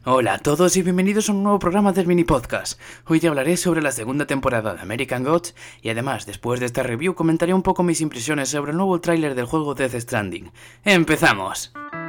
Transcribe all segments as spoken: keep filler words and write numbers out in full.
Hola a todos y bienvenidos a un nuevo programa del mini podcast. Hoy te hablaré sobre la segunda temporada de American Gods y además, después de esta review, comentaré un poco mis impresiones sobre el nuevo tráiler del juego Death Stranding. ¡Empezamos!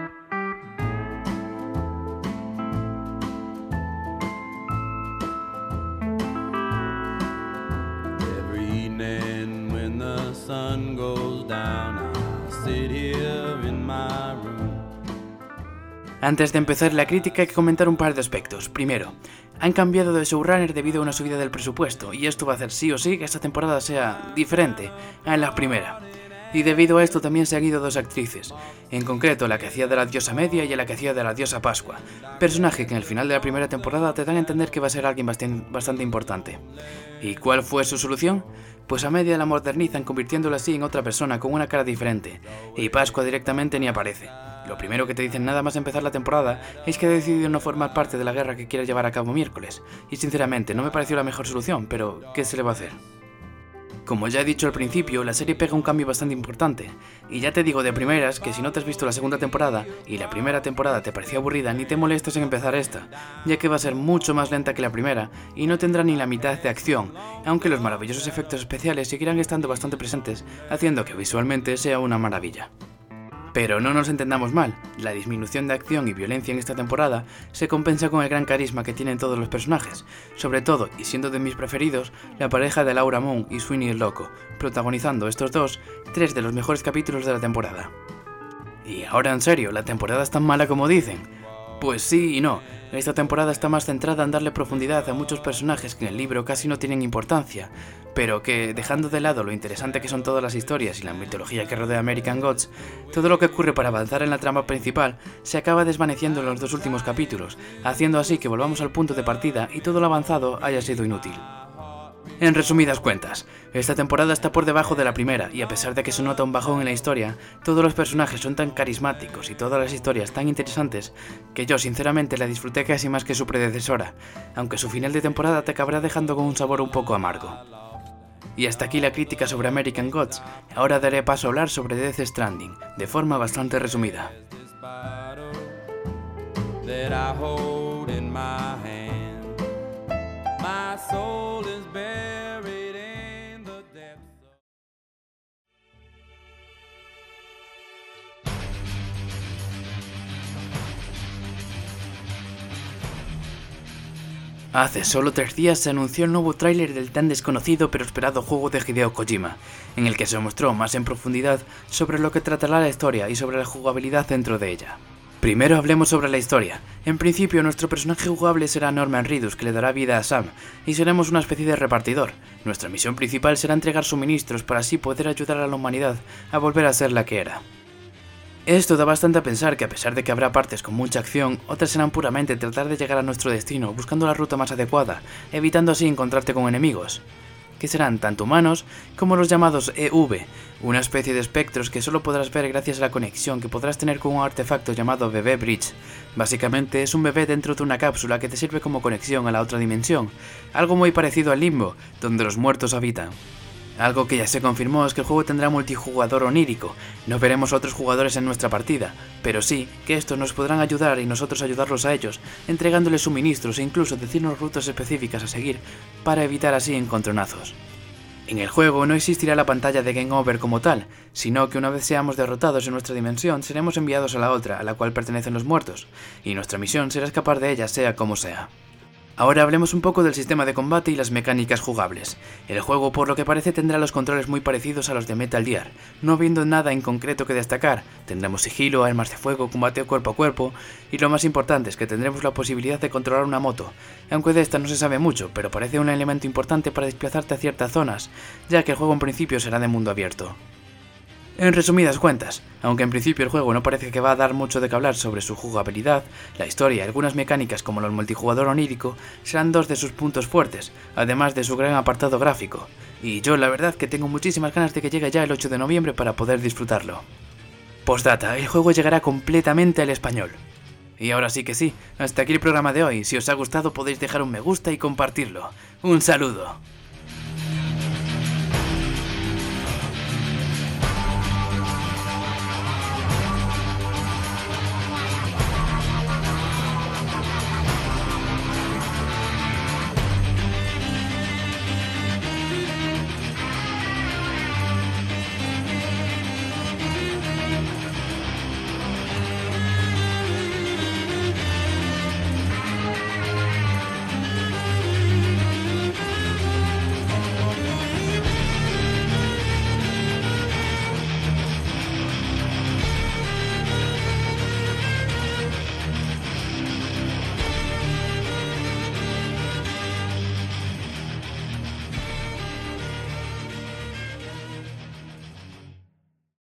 Antes de empezar la crítica hay que comentar un par de aspectos. Primero, han cambiado de showrunner debido a una subida del presupuesto y esto va a hacer sí o sí que esta temporada sea diferente a la primera. Y debido a esto también se han ido dos actrices, en concreto la que hacía de la diosa Media y la que hacía de la diosa Pascua, personaje que en el final de la primera temporada te dan a entender que va a ser alguien bastante importante. ¿Y cuál fue su solución? Pues a Media la modernizan convirtiéndola así en otra persona con una cara diferente, y Pascua directamente ni aparece. Lo primero que te dicen nada más empezar la temporada es que ha decidido no formar parte de la guerra que quiere llevar a cabo miércoles, y sinceramente no me pareció la mejor solución, pero ¿qué se le va a hacer? Como ya he dicho al principio, la serie pega un cambio bastante importante, y ya te digo de primeras que si no te has visto la segunda temporada y la primera temporada te pareció aburrida, ni te molestes en empezar esta, ya que va a ser mucho más lenta que la primera y no tendrá ni la mitad de acción, aunque los maravillosos efectos especiales seguirán estando bastante presentes, haciendo que visualmente sea una maravilla. Pero no nos entendamos mal, la disminución de acción y violencia en esta temporada se compensa con el gran carisma que tienen todos los personajes, sobre todo, y siendo de mis preferidos, la pareja de Laura Moon y Sweeney el Loco, protagonizando estos dos, tres de los mejores capítulos de la temporada. Y ahora en serio, ¿la temporada es tan mala como dicen? Pues sí y no. Esta temporada está más centrada en darle profundidad a muchos personajes que en el libro casi no tienen importancia, pero que, dejando de lado lo interesante que son todas las historias y la mitología que rodea American Gods, todo lo que ocurre para avanzar en la trama principal se acaba desvaneciendo en los dos últimos capítulos, haciendo así que volvamos al punto de partida y todo lo avanzado haya sido inútil. En resumidas cuentas, esta temporada está por debajo de la primera y a pesar de que se nota un bajón en la historia, todos los personajes son tan carismáticos y todas las historias tan interesantes que yo sinceramente la disfruté casi más que su predecesora, aunque su final de temporada te acabará dejando con un sabor un poco amargo. Y hasta aquí la crítica sobre American Gods, ahora daré paso a hablar sobre Death Stranding, de forma bastante resumida. Hace solo tres días se anunció el nuevo tráiler del tan desconocido pero esperado juego de Hideo Kojima, en el que se mostró más en profundidad sobre lo que tratará la historia y sobre la jugabilidad dentro de ella. Primero hablemos sobre la historia. En principio nuestro personaje jugable será Norman Reedus, que le dará vida a Sam, y seremos una especie de repartidor. Nuestra misión principal será entregar suministros para así poder ayudar a la humanidad a volver a ser la que era. Esto da bastante a pensar que a pesar de que habrá partes con mucha acción, otras serán puramente tratar de llegar a nuestro destino buscando la ruta más adecuada, evitando así encontrarte con enemigos, que serán tanto humanos como los llamados E V, una especie de espectros que solo podrás ver gracias a la conexión que podrás tener con un artefacto llamado Bebé Bridge. Básicamente es un bebé dentro de una cápsula que te sirve como conexión a la otra dimensión, algo muy parecido al Limbo, donde los muertos habitan. Algo que ya se confirmó es que el juego tendrá multijugador onírico, no veremos a otros jugadores en nuestra partida, pero sí que estos nos podrán ayudar y nosotros ayudarlos a ellos, entregándoles suministros e incluso decirnos rutas específicas a seguir para evitar así encontronazos. En el juego no existirá la pantalla de Game Over como tal, sino que una vez seamos derrotados en nuestra dimensión seremos enviados a la otra, a la cual pertenecen los muertos, y nuestra misión será escapar de ella sea como sea. Ahora hablemos un poco del sistema de combate y las mecánicas jugables. El juego por lo que parece tendrá los controles muy parecidos a los de Metal Gear, no habiendo nada en concreto que destacar. Tendremos sigilo, armas de fuego, combate cuerpo a cuerpo y lo más importante es que tendremos la posibilidad de controlar una moto, aunque de esta no se sabe mucho, pero parece un elemento importante para desplazarte a ciertas zonas, ya que el juego en principio será de mundo abierto. En resumidas cuentas, aunque en principio el juego no parece que va a dar mucho de qué hablar sobre su jugabilidad, la historia y algunas mecánicas como el multijugador onírico serán dos de sus puntos fuertes, además de su gran apartado gráfico, y yo la verdad que tengo muchísimas ganas de que llegue ya el ocho de noviembre para poder disfrutarlo. Postdata, el juego llegará completamente al español. Y ahora sí que sí, hasta aquí el programa de hoy, si os ha gustado podéis dejar un me gusta y compartirlo. ¡Un saludo!